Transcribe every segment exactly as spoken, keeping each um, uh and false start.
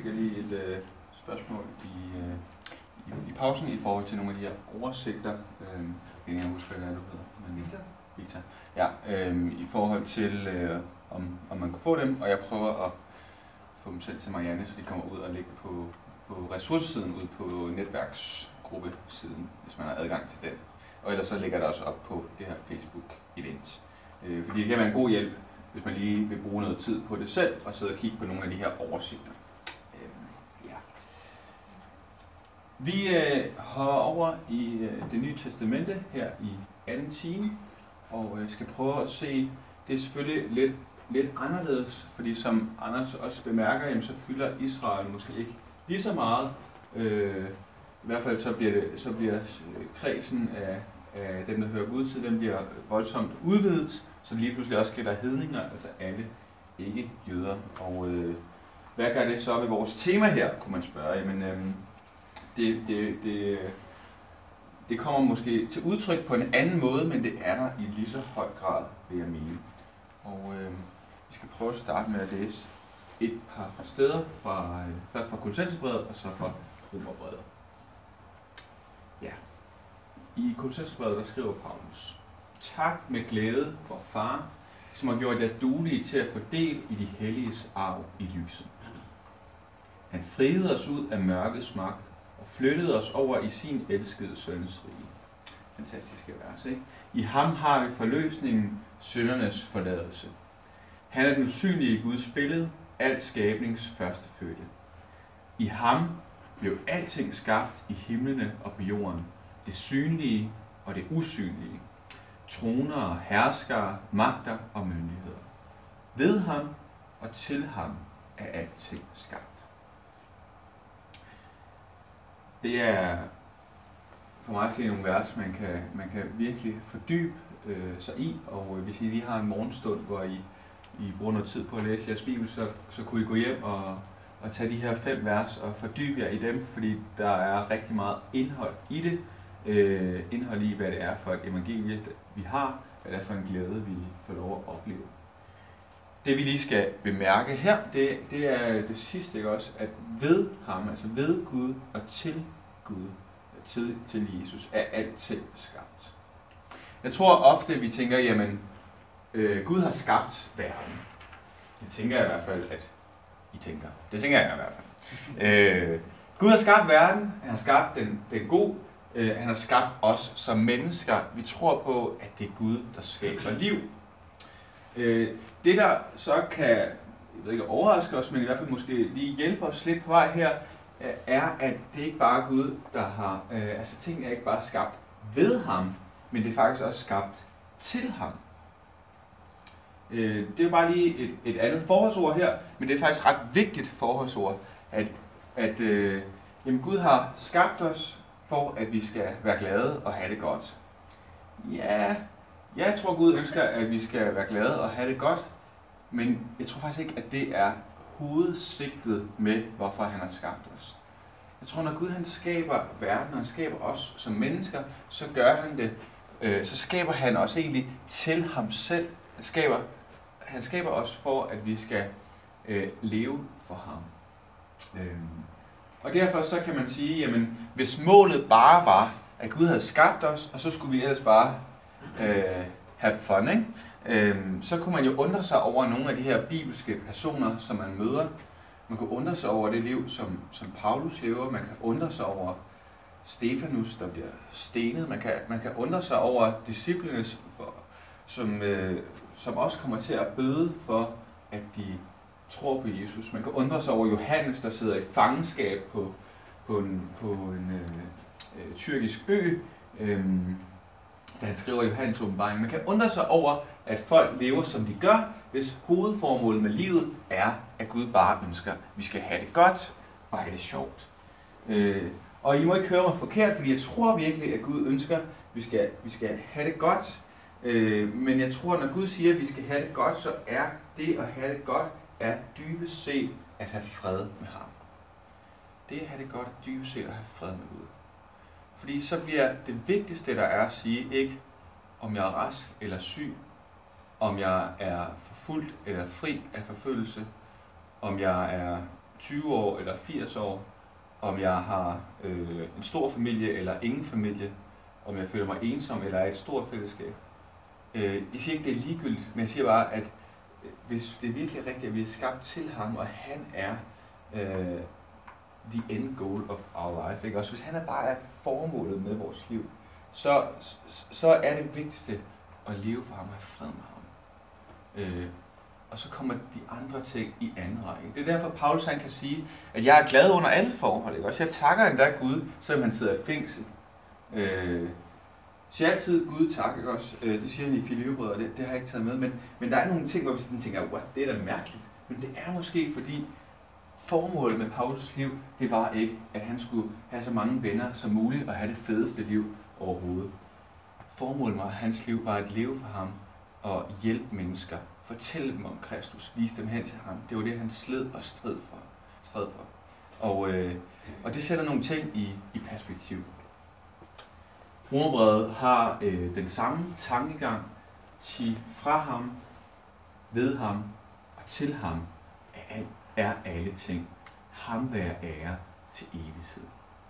jeg lige et øh, spørgsmål i, øh, i, i pausen i forhold til nogle af de her oversigter. Øh, jeg kan ikke huske, hvad det er, du hedder. Men, Victor. Victor. Ja, øh, i forhold til, øh, om, om man kunne få dem, og jeg prøver at få dem selv til Marianne, så de kommer ud og ligger på, på ressourcesiden, ud på netværksgruppesiden, hvis man har adgang til den. Og ellers så ligger der også op på det her Facebook-event. Øh, fordi det kan være en god hjælp, hvis man lige vil bruge noget tid på det selv, og sidde og kigge på nogle af de her oversigter. Øh, ja. Vi øh, hopper over i øh, det nye testamente her i anden time, og øh, skal prøve at se, det er selvfølgelig lidt, lidt anderledes, fordi som Anders også bemærker, jamen, så fylder Israel måske ikke lige så meget. Øh, I hvert fald så bliver, det, så bliver kredsen af, af dem, der hører Gud til, den bliver voldsomt udvidet, så lige pludselig også gælder hedninger, altså alle ikke jøder. Og øh, hvad gør det så ved vores tema her, kunne man spørge. Jamen, øh, det, det, det, det kommer måske til udtryk på en anden måde, men det er der i lige så høj grad, vil jeg mene. Og øh, vi skal prøve at starte med at læse et par steder, fra, øh, først fra Kolossensebrevet og så fra Romerbrevet. Ja. I Kolossensebrevet, der skriver Paulus: Tak med glæde, vor far, som har gjort jer duelige til at få del i de helliges arv i lyset. Han friede os ud af mørkets magt og flyttede os over i sin elskede søns rige. Fantastiske vers, ikke? I ham har vi forløsningen, syndernes forladelse. Han er den usynlige Guds billede, alt skabnings førstefødte. I ham blev alting skabt i himlene og på jorden, det synlige og det usynlige, troner og herskere, magter og myndigheder. Ved ham og til ham er alting skabt. Det er for mig til nogle vers, man kan, man kan virkelig fordybe øh, sig i, og øh, hvis I lige har en morgenstund, hvor I, I bruger noget tid på at læse jeres bibel, så, så kunne I gå hjem og, og tage de her fem vers og fordybe jer i dem, fordi der er rigtig meget indhold i det. Øh, indhold i, hvad det er for et evangelie, vi har, hvad det er for en glæde, vi får lov at opleve. Det vi lige skal bemærke her, det, det er det sidste, ikke også, at ved ham, altså ved Gud og til Gud, til, til Jesus, er alting skabt. Jeg tror ofte, vi tænker, jamen, øh, Gud har skabt verden. Det tænker jeg i hvert fald, at I tænker. Det tænker jeg i hvert fald. Øh, Gud har skabt verden, han har skabt den, den gode, øh, han har skabt os som mennesker. Vi tror på, at det er Gud, der skaber liv. Øh, det der så kan, jeg ved ikke overraske os, men i hvert fald måske lige hjælpe os lidt på vej her, er, at det ikke bare er Gud, der har, øh, altså tingene er ikke bare skabt ved ham, men det er faktisk også skabt til ham. Øh, det er jo bare lige et, et andet forholdsord her, men det er faktisk ret vigtigt forholdsord, at, at øh, jamen Gud har skabt os for, at vi skal være glade og have det godt. Ja, jeg tror Gud ønsker, at vi skal være glade og have det godt, men jeg tror faktisk ikke, at det er hovedsigtet med, hvorfor han har skabt os. Jeg tror, når Gud han skaber verden, og han skaber os som mennesker, så gør han det, øh, så skaber han os egentlig til ham selv. Han skaber, han skaber os for, at vi skal øh, leve for ham. Øhm. Og derfor så kan man sige, jamen, hvis målet bare var, at Gud havde skabt os, og så skulle vi ellers bare øh, have fun, ikke? Øhm, så kunne man jo undre sig over nogle af de her bibelske personer, som man møder. Man kan undre sig over det liv, som, som Paulus lever. Man kan undre sig over Stefanus, der bliver stenet. Man kan, man kan undre sig over disciplene, som, øh, som også kommer til at bøde for, at de tror på Jesus. Man kan undre sig over Johannes, der sidder i fangenskab på, på en, på en øh, øh, tyrkisk ø, øh, da han skriver Johannes åbenbaring. Man kan undre sig over, at folk lever, som de gør, hvis hovedformålet med livet er, at Gud bare ønsker, at vi skal have det godt og have det sjovt. Øh, og I må ikke høre mig forkert, fordi jeg tror virkelig, at Gud ønsker, at vi skal, vi skal have det godt. Øh, men jeg tror, når Gud siger, at vi skal have det godt, så er det at have det godt, er dybest set at have fred med ham. Det at have det godt er dybest set at have fred med Gud. Fordi så bliver det vigtigste, der er at sige, ikke om jeg er rask eller syg, om jeg er forfulgt eller fri af forfølgelse, om jeg er tyve år eller firs år, om jeg har øh, en stor familie eller ingen familie, om jeg føler mig ensom eller er et stort fællesskab. Øh, jeg siger ikke, det er ligegyldigt, men jeg siger bare, at hvis det er virkelig rigtigt, at vi er skabt til ham, og han er øh, the end goal of our life, ikke? Også hvis han er bare formålet med vores liv, så, så er det vigtigste at leve for ham og have fred med ham. Øh, og så kommer de andre ting i anden række. Det er derfor, Paulus han kan sige, at jeg er glad under alle forhold. Ikke? Også jeg takker endda Gud, selvom han sidder i fængsel. Øh, så jeg altid Gud tak, ikke også? Øh, det siger han i Filipperbrevet, det, det har jeg ikke taget med. Men, men der er nogle ting, hvor vi sådan tænker, what, det er da mærkeligt. Men det er måske fordi, formålet med Paulus liv, det var ikke, at han skulle have så mange venner som muligt og have det fedeste liv overhovedet. Formålet med hans liv var at leve for ham og hjælpe mennesker. Fortælle dem om Kristus, vise dem hen til ham. Det var det, han sled og strid for. Strid for. Og, øh, og det sætter nogle ting i, i perspektiv. Romerbrevet har øh, den samme tankegang til fra ham, ved ham og til ham er, er alle ting. Ham være ære til evighed.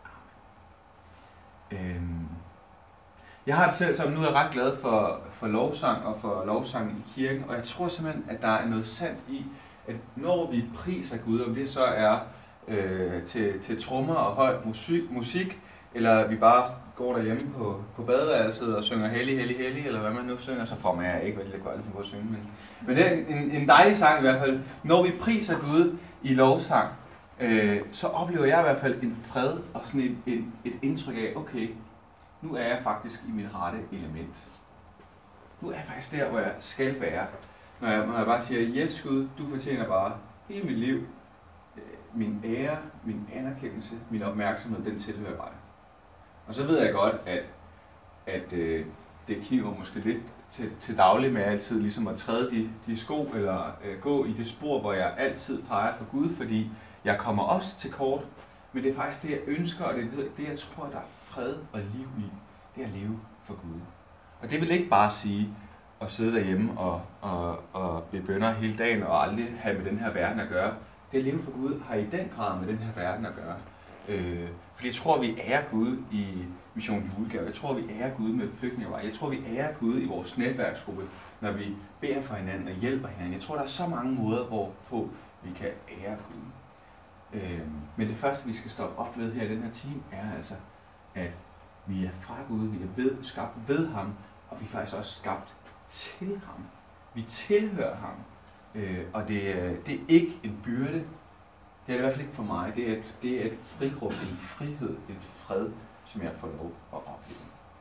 Amen. Øhm. Jeg har det selv som, nu er jeg ret glad for, for lovsang og for lovsang i kirken, og jeg tror simpelthen, at der er noget sandt i, at når vi priser Gud, om det så er øh, til, til trommer og høj musik, musik, eller vi bare går derhjemme på, på badeværelset og synger hellig, hellig, hellig, eller hvad man nu synger, så får man ikke vældig godt at synge, men, men det er en, en dejlig sang i hvert fald. Når vi priser Gud i lovsang, øh, så oplever jeg i hvert fald en fred og sådan et, et, et indtryk af, okay, nu er jeg faktisk i mit rette element. Nu er jeg faktisk der, hvor jeg skal være. Når jeg, når jeg bare siger, yes Gud, du fortjener bare hele mit liv, min ære, min anerkendelse, min opmærksomhed, den tilhører dig. Og så ved jeg godt, at, at øh, det kniver måske lidt til, til daglig med altid ligesom at træde de, de sko, eller øh, gå i det spor, hvor jeg altid peger på Gud, fordi jeg kommer også til kort, men det er faktisk det, jeg ønsker, og det er det, jeg tror, der er fred og liv i, det er at leve for Gud. Og det vil ikke bare sige at sidde derhjemme og, og, og bede bønner hele dagen og aldrig have med den her verden at gøre. Det at leve for Gud har i den grad med den her verden at gøre. Øh, fordi jeg tror, vi ærer Gud i Mission Julegave. Jeg tror, vi ærer Gud med flygtningevej. Jeg tror, vi ærer Gud i vores netværksgruppe, når vi beder for hinanden og hjælper hinanden. Jeg tror, der er så mange måder, hvorpå vi kan ære Gud. Øh, men det første, vi skal stoppe op ved her i den her time, er altså, at vi er fra Gud, vi er ved, skabt ved ham, og vi er faktisk også skabt til ham. Vi tilhører ham, øh, og det, det er ikke en byrde. Det er det i hvert fald ikke for mig. Det er et, det er et frirum, en frihed, en fred, som jeg får lov at opleve.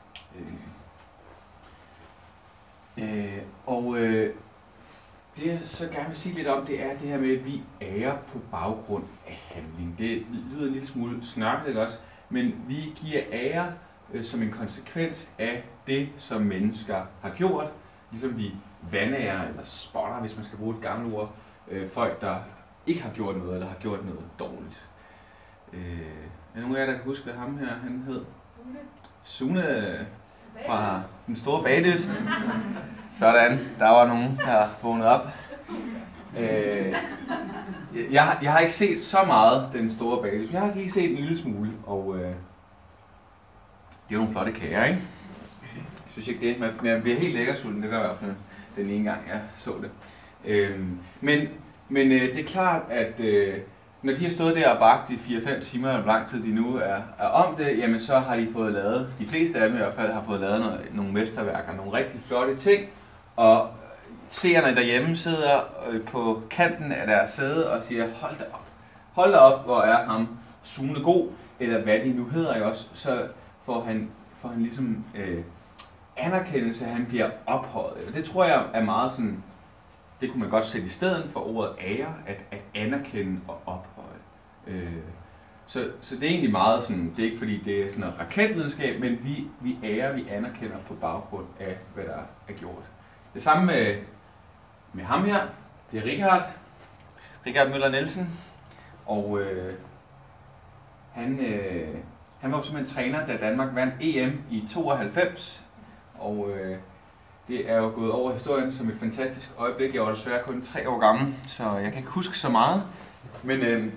Øh, øh, og øh, det jeg så gerne vil sige lidt om, det er det her med, at vi ærer på baggrund af handling. Det lyder en lille smule snørklet, ikke også? Men vi giver ære øh, som en konsekvens af det, som mennesker har gjort. Ligesom vi vandærer eller spotter, hvis man skal bruge et gammelt ord, øh, folk, der ikke har gjort noget, eller har gjort noget dårligt. Øh, er nogen af jer, der kan huske, hvad ham her han hed? Sune. Sune fra Den Store Bagdyst. Sådan, der var nogen, der vågnede op. Øh, jeg, jeg har ikke set så meget Den Store Bagdyst, jeg har lige set en lille smule, og øh, det er nogle flotte kager, ikke? Jeg synes ikke det, men jeg bliver helt lækker sulten, det gør jeg i hvert fald den ene gang, jeg så det. Øh, men men øh, det er klart, at øh, når de har stået der og bagt i fire fem timer, eller hvor lang tid de nu er, er om det, jamen så har de fået lavet, de fleste af dem i hvert fald, har fået lavet noget, nogle mesterværker, nogle rigtig flotte ting, og seerne derhjemme sidder øh, på kanten af deres sæde og siger, hold da op, hold da op, hvor er ham Sune god, eller hvad de nu hedder, ikke også, så får han, får han ligesom øh, anerkendelse, at han bliver ophøjet. Det tror jeg er meget sådan, det kunne man godt sætte i stedet for ordet ære, at, at anerkende og ophøje. Øh, så, så det er egentlig meget sådan, det er ikke fordi det er sådan noget raketvidenskab, men vi, vi ærer, vi anerkender på baggrund af, hvad der er gjort. Det samme med, med ham her, det er Richard, Richard Møller Nielsen, og øh, han, øh, han var jo simpelthen træner, da Danmark vandt E M i tooghalvfems, og øh, det er jo gået over historien som et fantastisk øjeblik. Jeg var desværre kun tre år gammel, så jeg kan ikke huske så meget. Men øh,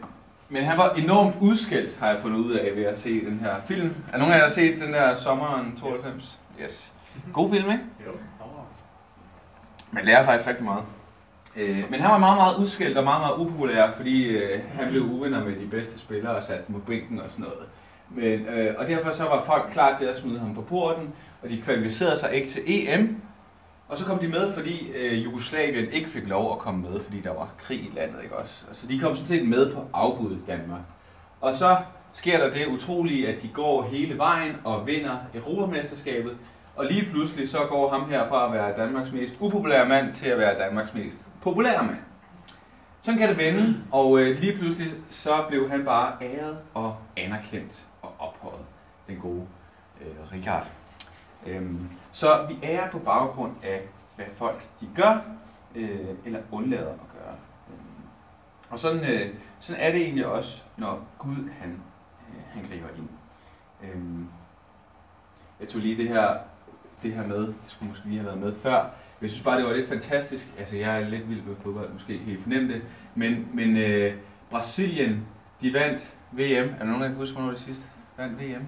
men han var enormt udskældt, har jeg fundet ud af ved at se den her film. Er nogen af jer, der har set den der Sommeren tooghalvfems? Yes. yes. God film, ikke? Jo. Man lærer faktisk rigtig meget. Øh, men han var meget, meget udskældt og meget, meget upopulær, fordi øh, han blev uvenner med de bedste spillere og satte dem på bænken og sådan noget. Men, øh, og derfor så var folk klar til at smide ham på porten, og de kvalificerede sig ikke til E M. Og så kom de med, fordi øh, Jugoslavien ikke fik lov at komme med, fordi der var krig i landet, ikke også? Så de kom sådan set med på afbud i Danmark. Og så sker der det utrolige, at de går hele vejen og vinder Europamesterskabet. Og lige pludselig så går ham her fra at være Danmarks mest upopulære mand til at være Danmarks mest populære mand. Sådan kan det vende, og øh, lige pludselig så blev han bare æret og anerkendt og ophøjet, den gode øh, Richard. Øhm, så vi ærer på baggrund af, hvad folk de gør, øh, eller undlader at gøre. Øhm, og sådan, øh, sådan er det egentlig også, når Gud han, øh, han griber ind. Øhm, jeg tog lige det her, det her med, det skulle måske lige have været med før. Jeg synes bare, det var lidt fantastisk. Altså, jeg er lidt vild med fodbold, måske kan I fornemme det. Men, men øh, Brasilien, de vandt V M. Er der nogen, der kan huske, hvornår det sidste vandt V M?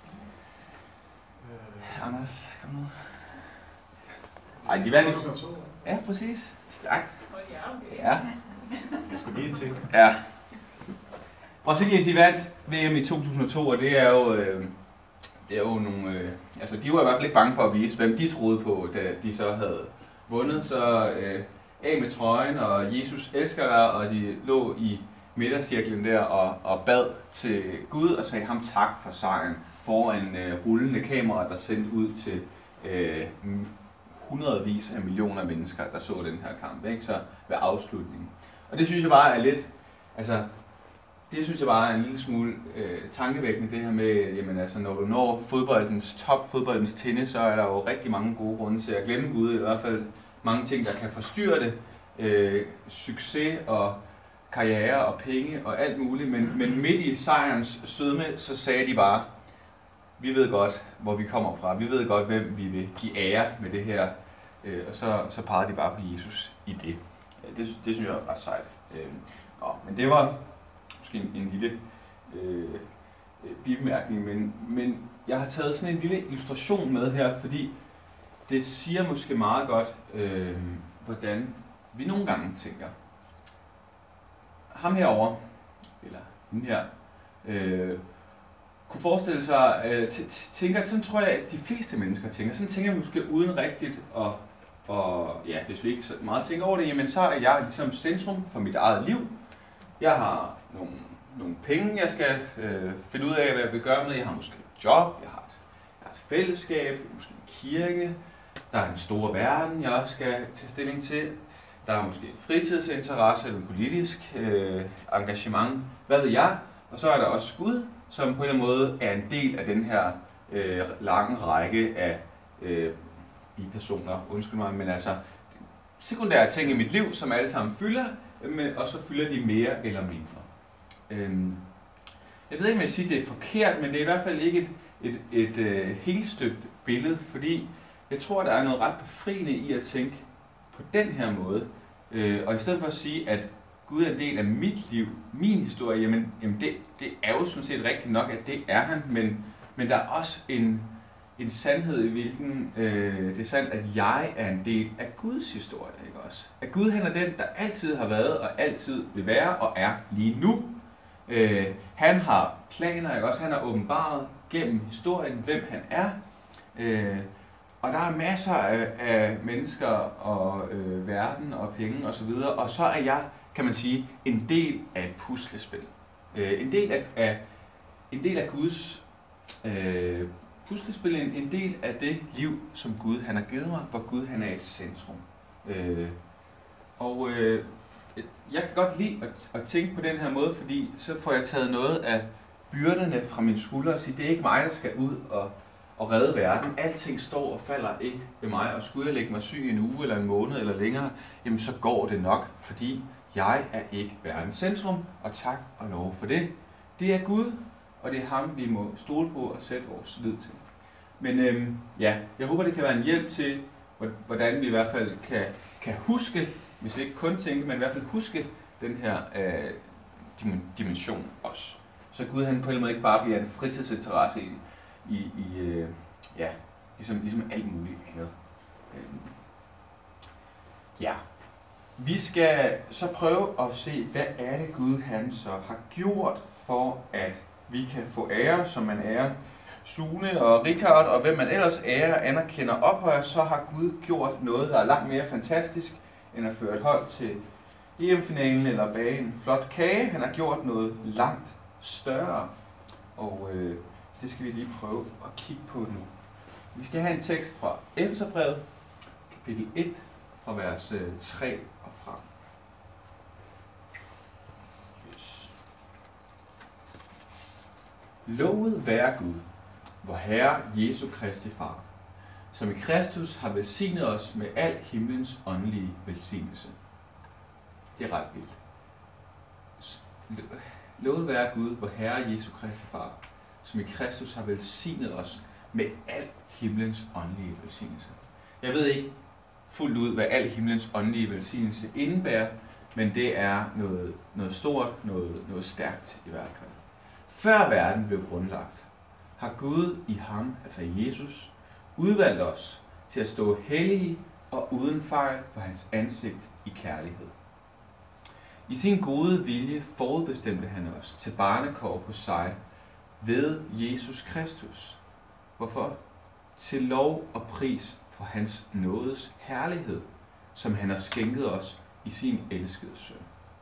Anders, kom nu. Ej, de vandt i... Ja, præcis. Stærkt. Ja. Jeg skulle lige tænke. Ja. Brasilien, de vandt V M i to tusind og to, og det er jo... Øh, det er jo nogle... Øh, altså, de var i hvert fald ikke bange for at vise, hvem de troede på, da de så havde vundet. Så øh, af med trøjen, og Jesus elsker dig, og de lå i midtercirklen der og, og bad til Gud og sagde ham tak for sejren foran øh, rullende kamera, der sendte ud til øh, hundredvis af millioner mennesker, der så den her kamp, ikke? Så ved afslutningen. Og det synes jeg bare er lidt, altså, det synes jeg bare er en lille smule øh, tankevækkende, det her med, jamen altså, når du når fodboldens top, fodboldens tinde, så er der jo rigtig mange gode grunde til at glemme Gud, i hvert fald mange ting, der kan forstyrre det, øh, succes og karriere og penge og alt muligt, men, men midt i sejrens sødme, så sagde de bare, vi ved godt, hvor vi kommer fra, vi ved godt, hvem vi vil give ære med det her, øh, og så, så pegede de bare på Jesus i det. Det, det synes jeg er ret sejt. Øh, nå, men det var måske en, en lille øh, bibemærkning, men, men jeg har taget sådan en lille illustration med her, fordi det siger måske meget godt, øh, hvordan vi nogle gange tænker. Ham herovre, eller hende her, øh, kunne forestille sig, øh, tænker, sådan tror jeg, at de fleste mennesker tænker. Sådan tænker jeg måske uden rigtigt, og, og ja, hvis vi ikke så meget tænker over det, jamen så er jeg ligesom centrum for mit eget liv. Jeg har nogle, nogle penge, jeg skal øh, finde ud af, hvad jeg vil gøre med. Jeg har måske et job, jeg har et, jeg har et fællesskab, måske en kirke. Der er en stor verden, jeg også skal tage stilling til. Der er måske en fritidsinteresse eller en politisk øh, engagement. Hvad ved jeg? Og så er der også Gud, som på en eller anden måde er en del af den her øh, lange række af øh, bipersoner, undskyld mig, men altså sekundære ting i mit liv, som alle sammen fylder, men, og så fylder de mere eller mindre. Øhm, jeg ved ikke, om jeg siger, at det er forkert, men det er i hvert fald ikke et, et, et, et øh, helt støbt billede, fordi jeg tror, der er noget ret befriende i at tænke på den her måde, øh, og i stedet for at sige, at Gud er en del af mit liv, min historie, jamen, jamen det, det er jo sådan set rigtigt nok, at det er han, men, men der er også en, en sandhed i hvilken øh, det er sandt, at jeg er en del af Guds historie, ikke også? At Gud han er den, der altid har været og altid vil være og er lige nu. Øh, han har planer, ikke også? Han har åbenbaret gennem historien, hvem han er. Øh, Og der er masser af, af mennesker og øh, verden og penge og så videre, og så er jeg, kan man sige, en del af et puslespil. Øh, en del af, af en del af Guds øh, puslespil, en, en del af det liv, som Gud han har givet mig, hvor Gud han er i centrum. Øh, og øh, jeg kan godt lide at, at tænke på den her måde, fordi så får jeg taget noget af byrderne fra mine skuldre og sige, det er ikke mig, der skal ud og og redde verden. Alting står og falder ikke ved mig, og skulle jeg lægge mig syg en uge eller en måned eller længere, jamen så går det nok, fordi jeg er ikke verdens centrum, og tak og lov for det. Det er Gud, og det er ham, vi må stole på og sætte vores lid til. Men øhm, ja, jeg håber, det kan være en hjælp til, hvordan vi i hvert fald kan, kan huske, hvis ikke kun tænke, men i hvert fald huske den her, øh, dimension også. Så Gud han på en eller anden måde ikke bare bliver en fritidsinteresse i, i, i øh, ja, ligesom, ligesom alt muligt andet. Øhm. Ja. Vi skal så prøve at se, hvad er det Gud han så har gjort for, at vi kan få ære, som man ærer Sune og Richard, og hvem man ellers ærer, anerkender, ophøjer, så har Gud gjort noget, der er langt mere fantastisk, end at føre et hold til E M-finalen eller bage en flot kage. Han har gjort noget langt større, og øh, det skal vi lige prøve at kigge på nu. Vi skal have en tekst fra Efeserbrevet, kapitel et, fra vers tre og frem. Yes. Lovet være Gud, vor Herre Jesu Kristi Far, som i Kristus har velsignet os med al himlens åndelige velsignelse. Det er ret vildt. Lovet være Gud, vor Herre Jesu Kristi Far, som i Kristus har velsignet os med al himlens åndelige velsignelse. Jeg ved ikke fuldt ud, hvad al himlens åndelige velsignelse indebærer, men det er noget, noget stort, noget, noget stærkt i hvert fald. Før verden blev grundlagt, har Gud i ham, altså i Jesus, udvalgt os til at stå hellige og uden fejl for hans ansigt i kærlighed. I sin gode vilje forudbestemte han os til barnekår på sig ved Jesus Kristus. Hvorfor? Til lov og pris for hans nådes herlighed, som han har skænket os i sin elskede søn.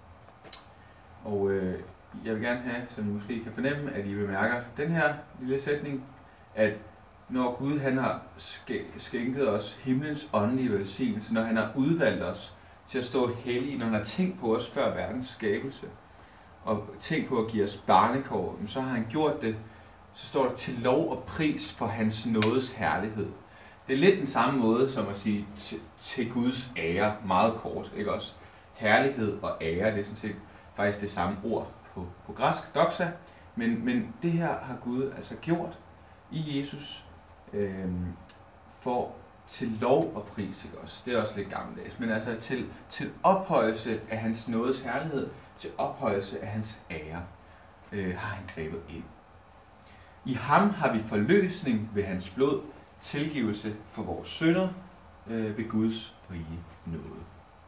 Og øh, jeg vil gerne have, som I måske kan fornemme, at I bemærker den her lille sætning, at når Gud han har skænket os himlens åndelige velsignelse, når han har udvalgt os til at stå hellige, når han har tænkt på os før verdens skabelse, og tænkt på at give os barnekår, så har han gjort det, så står der til lov og pris for hans nådes herlighed. Det er lidt den samme måde som at sige til, til Guds ære, meget kort, ikke også? Herlighed og ære, det er sådan set faktisk det samme ord på, på græsk, doxa, men, men det her har Gud altså gjort i Jesus øh, for til lov og pris, ikke også? Det er også lidt gammeldags, men altså til, til ophøjelse af hans nådes herlighed, til ophøjelse af hans ære, øh, har han grebet ind. I ham har vi forløsning ved hans blod, tilgivelse for vores synder øh, ved Guds rige nåde.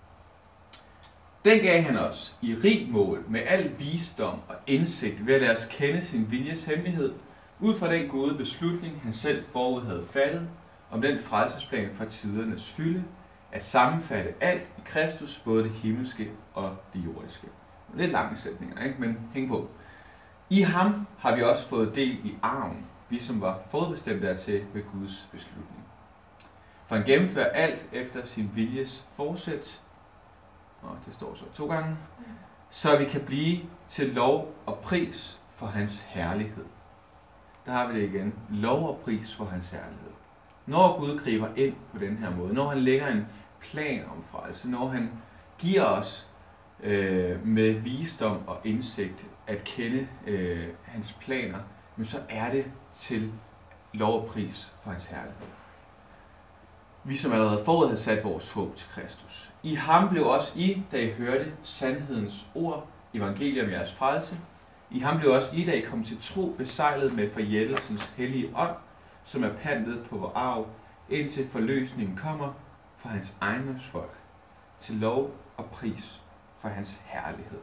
Den gav han os i rig mål med al visdom og indsigt ved at lade os kende sin viljes hemmelighed, ud fra den gode beslutning, han selv forud havde fattet, om den frelsesplan for tidernes fylde, at sammenfatte alt i Kristus, både det himmelske og det jordiske. Lidt lange sætninger, ikke? Men hæng på. I ham har vi også fået del i arven, vi som var forudbestemt dertil ved Guds beslutning. For han gennemfører alt efter sin viljes forsæt, og det står så to gange, så vi kan blive til lov og pris for hans herlighed. Der har vi det igen. Lov og pris for hans herlighed. Når Gud griber ind på den her måde, når han lægger en plan om frelse, når han giver os øh, med visdom og indsigt at kende øh, hans planer, men så er det til lov og pris for hans herlighed. Vi som allerede forud havde sat vores håb til Kristus. I ham blev også I, da I hørte sandhedens ord, evangelium om jeres frelse. I ham blev også I, da I kom til tro, besejlet med forjættelsens hellige ånd, som er pantet på vor arv, indtil forløsningen kommer fra hans ejendomsfolk, til lov og pris for hans herlighed.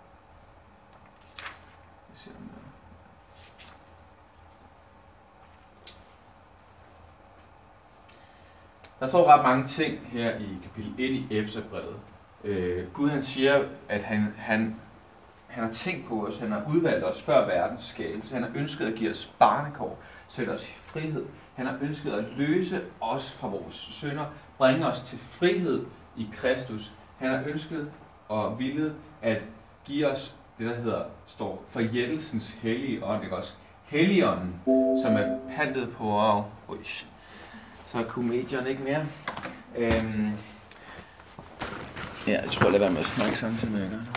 Der står ret mange ting her i kapitel et i Efeserbrevet. Øh, Gud han siger, at han, han, han har tænkt på os, han har udvalgt os før verdens skabelse. Han har ønsket at give os barnekår, sætte os i frihed. Han har ønsket at løse os fra vores synder, bringe os til frihed i Kristus. Han har ønsket og villet at give os det, der hedder, står forjættelsens hellige ånd, ikke også? Helligånden, som er pantet på arv. Ui, så er komedierne ikke mere. Øhm, ja, jeg tror, jeg lader være med at snakke samtidig med, jeg gør nu.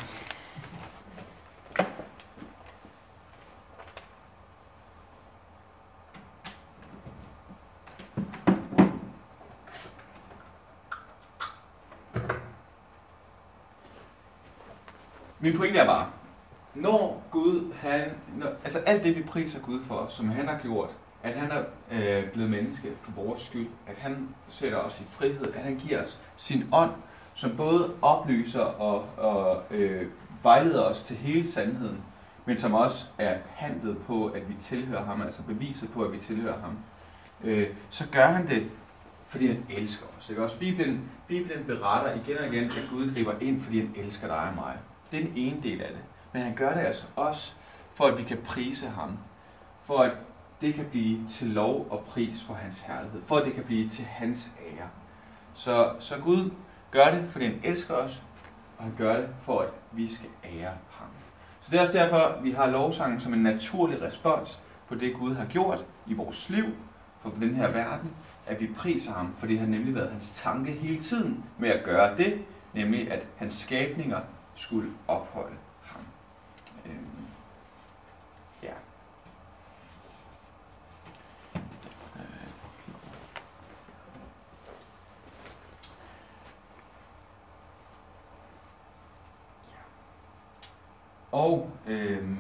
Min pointe er bare, når Gud, han, når, altså alt det vi priser Gud for, som han har gjort, at han er øh, blevet menneske for vores skyld, at han sætter os i frihed, at han giver os sin ånd, som både oplyser og, og øh, vejleder os til hele sandheden, men som også er pantet på, at vi tilhører ham, altså beviset på, at vi tilhører ham, øh, så gør han det, fordi han elsker os. Ikke? Også Bibelen, Bibelen beretter igen og igen, at Gud griber ind, fordi han elsker dig og mig. Det er den ene del af det. Men han gør det altså også, for at vi kan prise ham. For at det kan blive til lov og pris for hans herlighed. For at det kan blive til hans ære. Så, så Gud gør det, fordi han elsker os, og han gør det, for at vi skal ære ham. Så det er også derfor, vi har lovsangen som en naturlig respons på det, Gud har gjort i vores liv, for den her verden, at vi priser ham, for det har nemlig været hans tanke hele tiden med at gøre det, nemlig at hans skabninger skulle ophøje ham. Øhm, ja. Og øhm,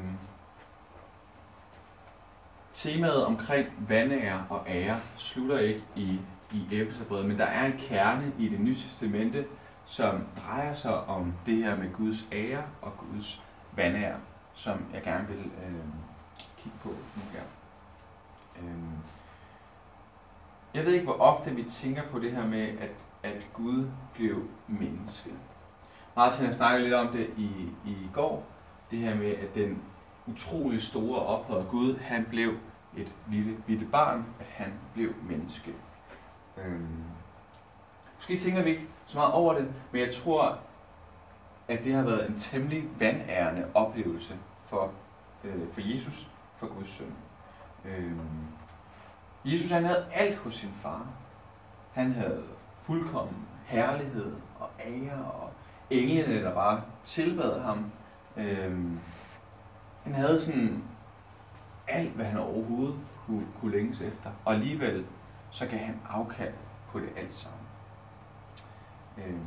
temaet omkring vandære og ære slutter ikke i, i Efeserbrevet, men der er en kerne i Det Nye Testamente, som drejer sig om det her med Guds ære og Guds vandære, som jeg gerne vil øh, kigge på nu her. Øh, jeg ved ikke, hvor ofte vi tænker på det her med, at, at Gud blev menneske. Martin har snakket lidt om det i, i går, det her med, at den utrolig store ophøjede Gud, han blev et lille bitte barn, at han blev menneske. Øhm. Måske tænker vi ikke så meget over det, men jeg tror, at det har været en temmelig vandærende oplevelse for, øh, for Jesus, for Guds søn. Øhm. Jesus, han havde alt hos sin far. Han havde fuldkommen herlighed og ære og englene, der bare tilbad ham. Øhm. Han havde sådan alt, hvad han overhovedet kunne, kunne længes efter. Og alligevel, så kan han afkald på det alt sammen. Øhm.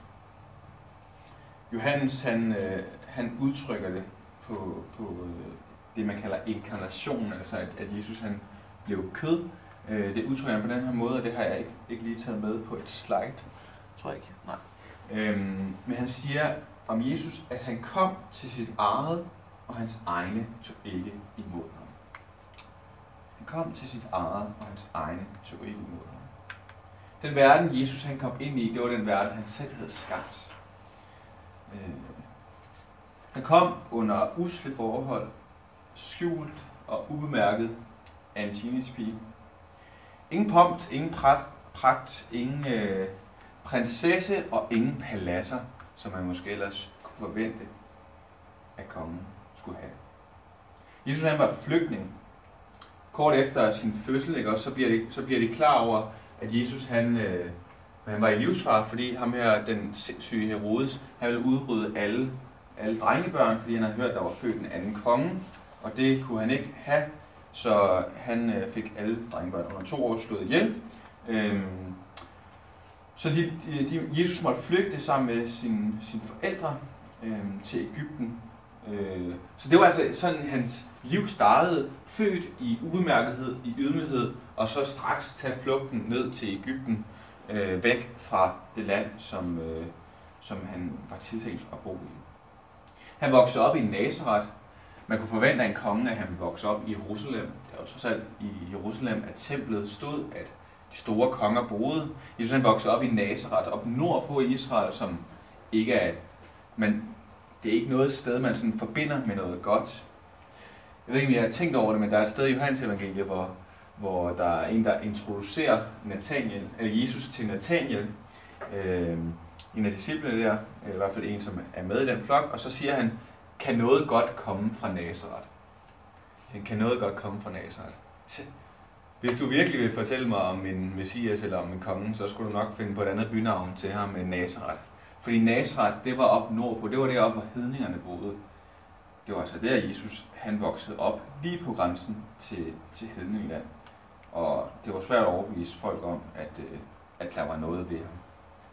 Johannes, han, øh, han udtrykker det på, på øh, det, man kalder inkarnation, altså at, at Jesus han blev kød. Øh, det udtrykker han på den her måde, og det har jeg ikke, ikke lige taget med på et slide. Tror jeg ikke. Nej. Øhm, men han siger om Jesus, at han kom til sit eget, og hans egne tog ikke imod ham. Han kom til sit eget, og hans egne tog ikke imod ham. Den verden, Jesus han kom ind i, det var den verden, han selv havde skabt. Øh, han kom under usle forhold, skjult og ubemærket af en teenagepige. Ingen pomp, ingen pragt, pragt ingen øh, prinsesse og ingen paladser, som man måske ellers kunne forvente, at kongen skulle have. Jesus han var flygtning. Kort efter sin fødsel, ikke, også, så, bliver de, så bliver de klar over, at Jesus han, øh, han var i livsfare, fordi ham her, den sindssyge Herodes, han ville udrydde alle, alle drengebørn, fordi han havde hørt, at der var født en anden konge, og det kunne han ikke have, så han øh, fik alle drengebørn under to år slået ihjel. Øhm, så de, de, de, Jesus måtte flygte sammen med sine, sine forældre øh, til Egypten. Øh, så det var altså sådan, hans liv startede, født i ubemærkethed, i ydmyghed, og så straks tage flugten ned til Egypten, øh, væk fra det land, som, øh, som han var tiltænkt at bo i. Han voksede op i Nazaret. Man kunne forvente af en konge, at han ville vokse op i Jerusalem. Det var trods alt i Jerusalem, at templet stod, at de store konger boede. Jesus han voksede op i Nazaret, op nordpå i Israel, som ikke er, men det er ikke noget sted, man sådan forbinder med noget godt. Jeg ved ikke, om jeg har tænkt over det, men der er et sted i Johannes evangeliet, hvor, hvor der er en, der introducerer Nathaniel, eller Jesus til Nathaniel. Øh, en af disciplene der, i hvert fald en, som er med i den flok, og så siger han, kan noget godt komme fra Nazaret? Kan noget godt komme fra Nazaret? Hvis du virkelig vil fortælle mig om en messias eller om en konge, så skulle du nok finde på et andet bynavn til ham end Nazaret. Fordi Nazaret, det var op nordpå, det var deroppe, hvor hedningerne boede. Det var altså der, Jesus han voksede op, lige på grænsen til, til hedningeland. Og det var svært at overbevise folk om, at, at der var noget ved ham.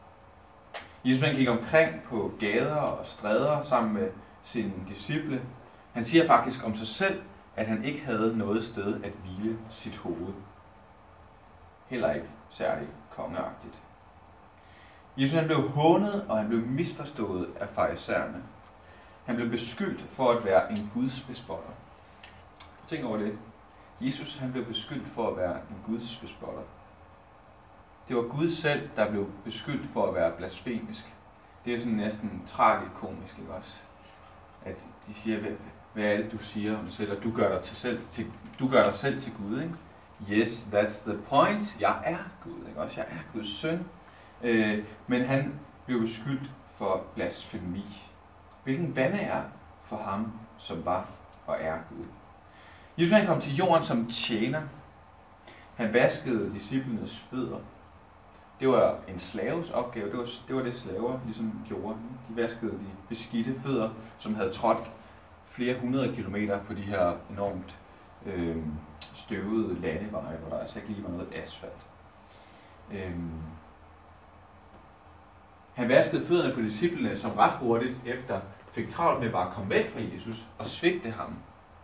Jesus han gik omkring på gader og stræder sammen med sine disciple, Han siger faktisk om sig selv, at han ikke havde noget sted at hvile sit hoved. Heller ikke særlig kongeagtigt. Jesus han blev hånet, og han blev misforstået af farisæerne. Han blev beskyldt for at være en Guds bespotter. Tænk over det. Jesus han blev beskyldt for at være en Guds bespotter. Det var Gud selv, der blev beskyldt for at være blasfemisk. Det er sådan næsten tragikomisk, ikke også? At de siger, hvad, hvad er det, du siger om dig selv, og du gør dig, til selv, til, du gør dig selv til Gud, ikke? Yes, that's the point. Jeg er Gud, ikke også? Jeg er Guds søn. Øh, men han blev beskyldt for blasfemi. Hvilken vanære for ham, som var og er Gud. Jesus han kom til jorden som tjener. Han vaskede disciplenes fødder. Det var en slaves opgave. Det var, det var det, slaver ligesom gjorde. De vaskede de beskidte fødder, som havde trådt flere hundrede kilometer på de her enormt øh, støvede landeveje, hvor der altså ikke lige var noget asfalt. Øh, han vaskede fødderne på disciplene, som ret hurtigt efter fik travlt med bare at komme væk fra Jesus og svigte ham.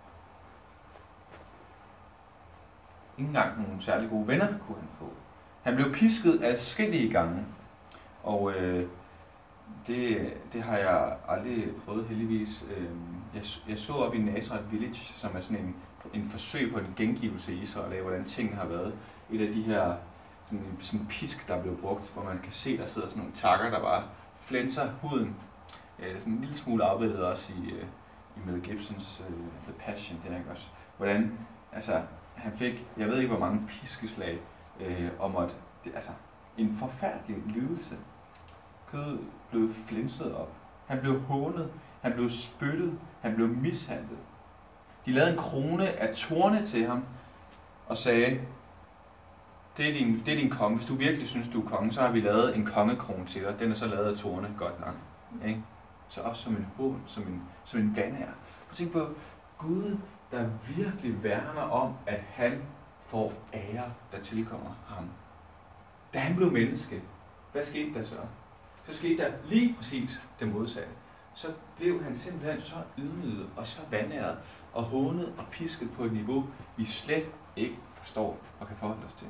Ingen gang nogle særlig gode venner kunne han få. Han blev pisket adskillige gange, og øh, det, det har jeg aldrig prøvet heldigvis. Jeg, jeg så op i Nazareth Village, som er sådan en, en forsøg på en gengivelse i Israel af, hvordan tingene har været. Et af de her sådan en sådan pisk, der blev brugt, hvor man kan se, der sidder sådan nogle takker, der bare flænser huden. Sådan en lille smule afbildet også i, i Mel Gibsons uh, The Passion, der, ikke også? Hvordan, altså, han fik, jeg ved ikke hvor mange piskeslag, øh, om at, det, altså, en forfærdelig lidelse. Kødet blev flænset op. Han blev hånet, han blev spyttet, han blev mishandlet. De lavede en krone af torne til ham, og sagde, det er, din, det er din konge. Hvis du virkelig synes, du er konge, så har vi lavet en kongekrone til dig. Den er så lavet af torne, godt nok. Ikke? Så også som en hån, som en, som en vanære. Prøv at tænke på, Gud, der virkelig værner om, at han får ære, der tilkommer ham. Da han blev menneske, hvad skete der så? Så skete der lige præcis det modsatte. Så blev han simpelthen så ydmyget og så vanæret og hånet og pisket på et niveau, vi slet ikke forstår og kan forholde os til.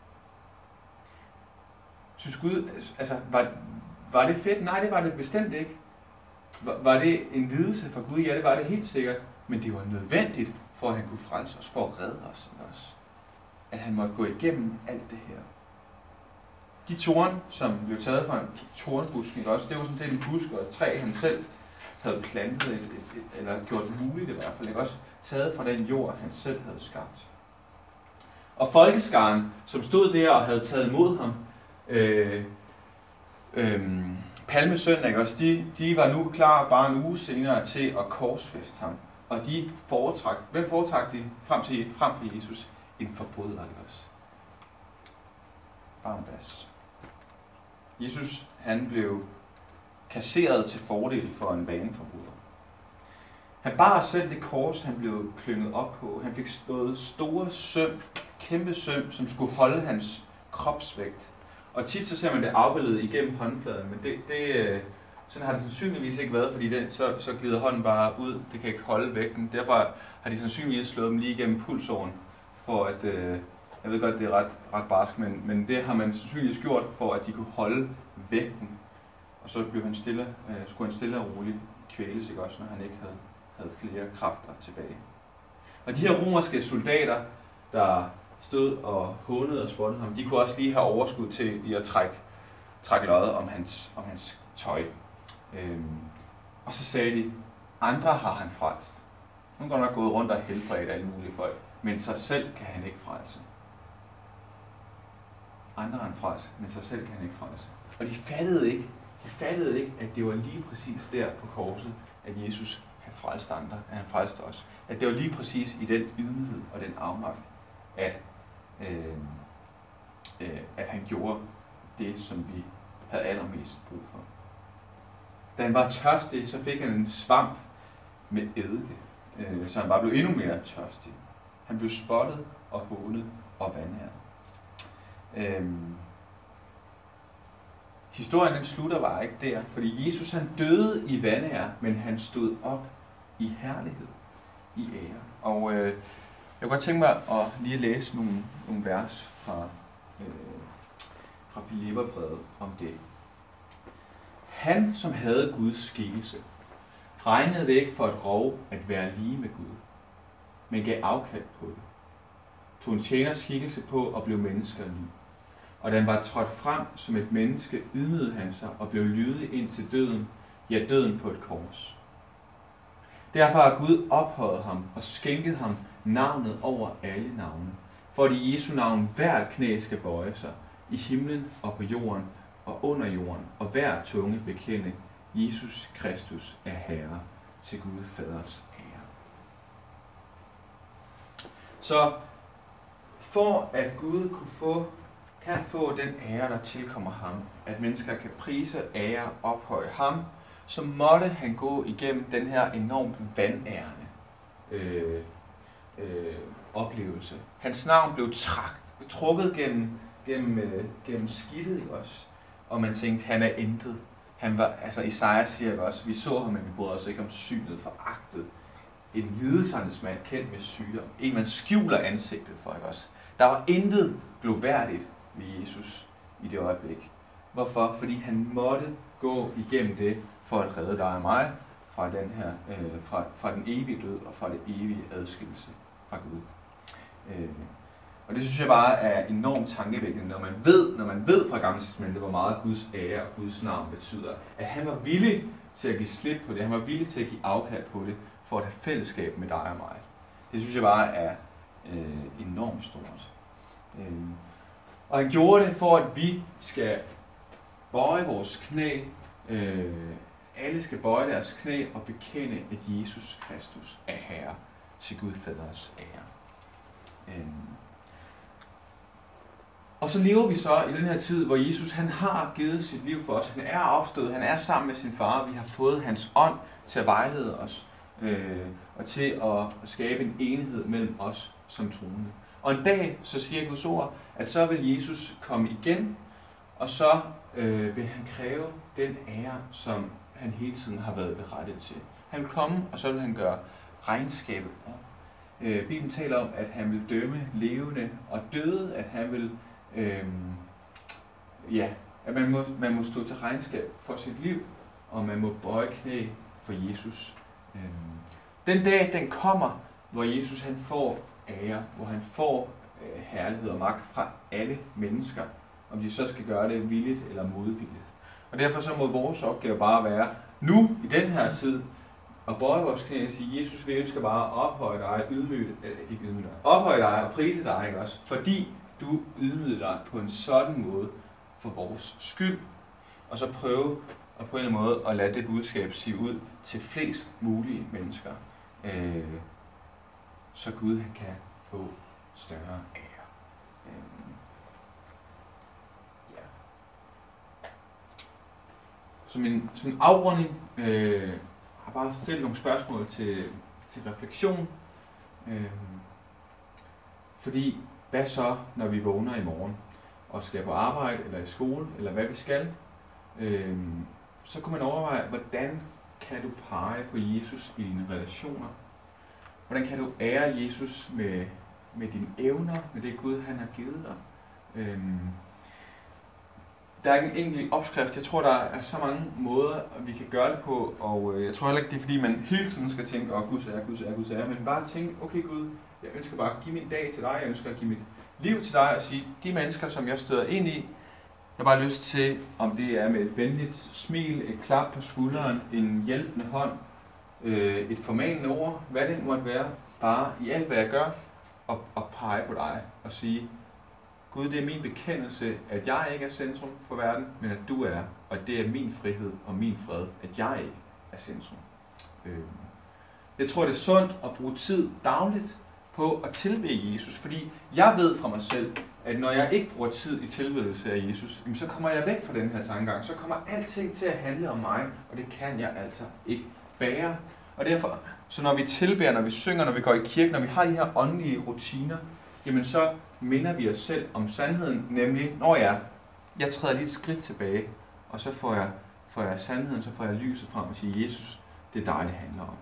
Synes Gud, altså, var, var det fedt? Nej, det var det bestemt ikke. Var, var det en lidelse for Gud? Ja, det var det helt sikkert. Men det var nødvendigt, for at han kunne frelse os, for at redde os også. At han måtte gå igennem alt det her. De torn, som blev taget fra en tornbusk, også, det var sådan set en busk og et træ, han selv havde plantet, et, et, et, eller gjort det muligt i hvert fald, ikke? Også taget fra den jord, han selv havde skabt. Og folkeskaren, som stod der og havde taget imod ham, øh, øh, Palmesøndag, også, de, de var nu klar bare en uge senere til at korsfæste ham. Og de foretrak, hvem foretrak de frem, til, frem for Jesus? En forbryder, ikke også? Barnabas. Jesus, han blev kasseret til fordel for en vaneforbryder. Han bar selv det kors, han blev klynget op på. Han fik stået store søm, kæmpe søm, som skulle holde hans kropsvægt. Og tit så ser man det afbildet igennem håndfladen, men det, det, sådan har det sandsynligvis ikke været, fordi den, så, så glider hånden bare ud. Det kan ikke holde vægten. Derfor har de sandsynligvis slået dem lige igennem pulsåren, for at, øh, jeg ved godt, det er ret, ret barsk, men, men det har man sandsynligvis gjort, for at de kunne holde vægten. Og så blev han stille, øh, skulle han stille og roligt kvæles, ikke også, når han ikke havde, havde flere kræfter tilbage. Og de her romerske soldater, der stod og hånede og spottede ham, de kunne også lige have overskud til lige at trække, trække løjet om hans, om hans tøj. Øhm, og så sagde de, andre har han frelst. Nu går nok gået rundt og helbredt alle mulige folk, men sig selv kan han ikke frelse. Andre har han frelst, men sig selv kan han ikke frelse. Og de fattede ikke, de fattede ikke, at det var lige præcis der på korset, at Jesus havde frelst andre, at han frelste os. At det var lige præcis i den ydmyghed og den afmagt, at, øh, øh, at han gjorde det, som vi havde allermest brug for. Da han var tørstig, så fik han en svamp med eddike, øh, så han bare blev endnu mere tørstig. Han blev spottet og hånet og vanæret. Øh, historien den slutter bare ikke der, fordi Jesus han døde i vanære, men han stod op i herlighed. i ære. Og øh, jeg kunne godt tænke mig at lige læse nogle, nogle vers fra, øh, fra Filipperbrevet om det. Han, som havde Guds skikkelse, regnede det ikke for et rov at være lige med Gud, men gav afkald på det. Tog en tjeners skikkelse på og blev mennesker ny. Og da han var trådt frem som et menneske, ydmygede han sig og blev lydig ind til døden, ja, døden på et kors. Derfor har Gud ophøjet ham og skænket ham navnet over alle navne, for at i Jesu navn hver knæ skal bøje sig, i himlen og på jorden og under jorden, og hver tunge bekende, Jesus Kristus er Herre, til Gud Faders ære. Så for at Gud kunne få, kan få den ære, der tilkommer ham, at mennesker kan prise, ære og ophøje ham, så måtte han gå igennem den her enormt vandærende øh, øh, oplevelse. Hans navn blev trakt, trukket gennem, gennem, øh, gennem skidtet, ikke også? Og man tænkte, han er intet. Han var, altså Isaiah siger ikke også, vi så ham, men vi bryder os ikke om synet, foragtet. En lidelsernes mand, kendt med sygdom. En, man skjuler ansigtet for, ikke også? Der var intet gloværdigt ved Jesus i det øjeblik. Hvorfor? Fordi han måtte gå igennem det, for at redde dig og mig fra, den her, øh, fra, fra den evige død og fra det evige adskillelse fra Gud. Øh, og det synes jeg bare er enormt tankevækkende, når man ved, når man ved fra Gamle Testamentet, hvor meget Guds ære og Guds navn betyder, at han var villig til at give slip på det, han var villig til at give afkald på det, for at have fællesskab med dig og mig. Det synes jeg bare er øh, enormt stort. Øh, og han gjorde det for, at vi skal bøje vores knæ, øh, alle skal bøje deres knæ og bekende, at Jesus Kristus er Herre, til Gud Faders ære. Øh. Og så lever vi så i den her tid, hvor Jesus han har givet sit liv for os. Han er opstået, han er sammen med sin far, vi har fået hans ånd til at vejlede os, øh, og til at skabe en enhed mellem os som troende. Og en dag, så siger Guds ord, at så vil Jesus komme igen, og så øh, vil han kræve den ære, som han hele tiden har været berettiget til. Han vil komme, og så vil han gøre regnskabet op. Øh, Bibelen taler om, at han vil dømme levende og døde, at han vil, øh, ja, at man må, man må stå til regnskab for sit liv, og man må bøje knæ for Jesus. Øh, den dag, den kommer, hvor Jesus han får ære, hvor han får øh, herlighed og magt fra alle mennesker, om de så skal gøre det villigt eller modvilligt. Og derfor så må vores opgave bare være, nu i den her tid, at bøje vores knæ og sige, Jesus, vi ønsker bare at ophøje dig, ydmyge, eller ikke ydmyge dig, ophøje dig og prise dig, ikke også? Fordi du ydmyger dig på en sådan måde for vores skyld. Og så prøve at på en eller anden måde at lade det budskab sige ud til flest mulige mennesker, øh, så Gud han kan få større ære. Øh. Som en, som en afrunding øh, har bare stillet nogle spørgsmål til, til refleksion. Øh, fordi, hvad så, når vi vågner i morgen og skal på arbejde eller i skole, eller hvad vi skal? Øh, så kan man overveje, hvordan kan du pege på Jesus i dine relationer? Hvordan kan du ære Jesus med, med dine evner, med det Gud han har givet dig? Øh, Der er ikke en enkelt opskrift. Jeg tror, der er så mange måder, vi kan gøre det på, og jeg tror heller ikke, det er fordi, man hele tiden skal tænke, åh, Guds ære, Guds ære, Guds ære, men bare tænke, okay Gud, jeg ønsker bare at give min dag til dig, jeg ønsker at give mit liv til dig, og sige, de mennesker, som jeg støder ind i, jeg har bare lyst til, om det er med et venligt smil, et klap på skulderen, en hjælpende hånd, øh, et formanende ord, hvad det måtte være, bare i alt, hvad jeg gør, og, og pege på dig, og sige, Gud, det er min bekendelse, at jeg ikke er centrum for verden, men at du er, og det er min frihed og min fred, at jeg ikke er centrum. Jeg tror, det er sundt at bruge tid dagligt på at tilbede Jesus, fordi jeg ved fra mig selv, at når jeg ikke bruger tid i tilbedelse af Jesus, så kommer jeg væk fra den her tankegang. Så kommer alting til at handle om mig, og det kan jeg altså ikke bære. Og derfor, så når vi tilbeder, når vi synger, når vi går i kirke, når vi har de her åndelige rutiner, jamen så minder vi os selv om sandheden, nemlig, når jeg, jeg træder lige et skridt tilbage, og så får jeg, får jeg sandheden, så får jeg lyset frem og siger, Jesus, det er dig, det handler om.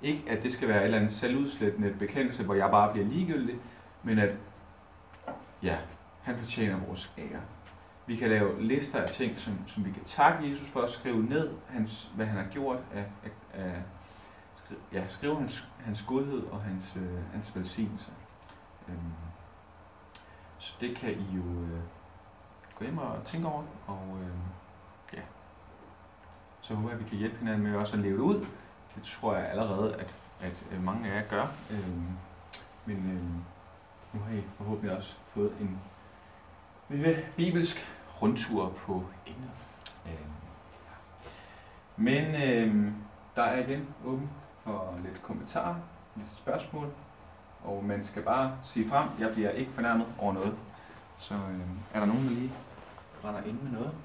ikke at det skal være et eller andet selvudslættende bekendelse, hvor jeg bare bliver ligegyldig, men at ja, han fortjener vores ære. Vi kan lave lister af ting, som, som vi kan takke Jesus for at skrive ned, hans, hvad han har gjort, af, af, af, ja, skrive hans, hans godhed og hans, øh, hans velsignelse. Øhm, så det kan I jo øh, gå hjem og tænke over, og øh, ja, så håber jeg, at vi kan hjælpe hinanden med også at leve det ud. Det tror jeg allerede, at, at mange af jer gør. Øhm, men øhm, nu har I forhåbentlig også fået en lille bibelsk rundtur på emnet. Øhm, men øhm, der er igen åben for lidt kommentarer, lidt spørgsmål, og man skal bare sige frem. Jeg bliver ikke fornærmet over noget. Så øhm, er der nogen, der lige brænder ind med noget?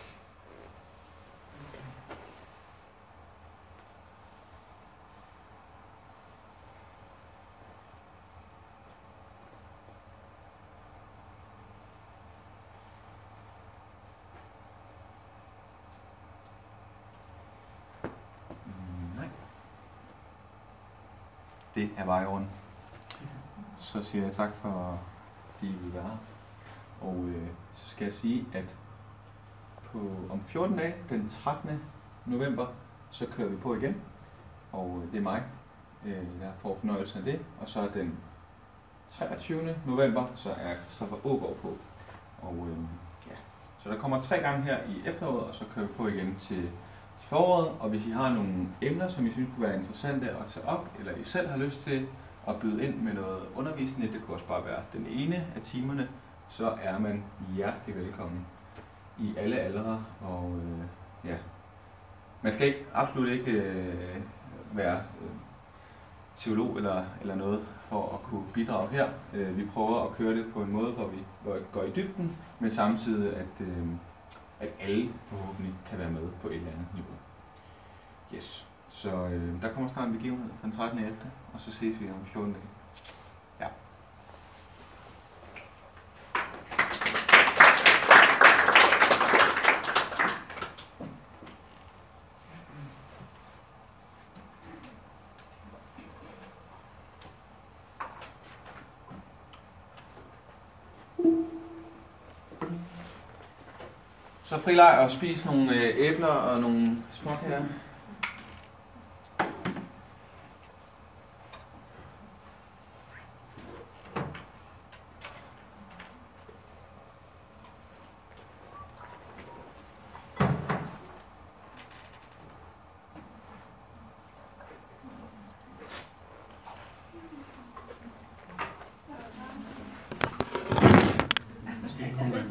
Det er bare i orden. Så siger jeg tak for, at I vil være her. Og øh, så skal jeg sige, at på, om fjorten dage, den trettende november, så kører vi på igen. Og øh, det er mig, øh, der får fornøjelsen af det. Og så den treogtyvende november, så er Christoffer Aagaard på. Og øh, ja, så der kommer tre gange her i efteråret, og så kører vi på igen til til foråret, og hvis I har nogle emner, som I synes kunne være interessante at tage op, eller I selv har lyst til at byde ind med noget undervisning, det kunne også bare være den ene af timerne, så er man hjertelig velkommen i alle aldre, og øh, ja, man skal ikke, absolut ikke øh, være øh, teolog eller, eller noget for at kunne bidrage her. Øh, vi prøver at køre det på en måde, hvor vi hvor går i dybden, men samtidig at øh, at alle forhåbentlig kan være med på et eller andet niveau. Yes. Så øh, der kommer snart en begivenhed fra den trettende ellevte og så ses vi om fjorten dage. Ja. Så frilej og spis nogle æbler og nogle småkager.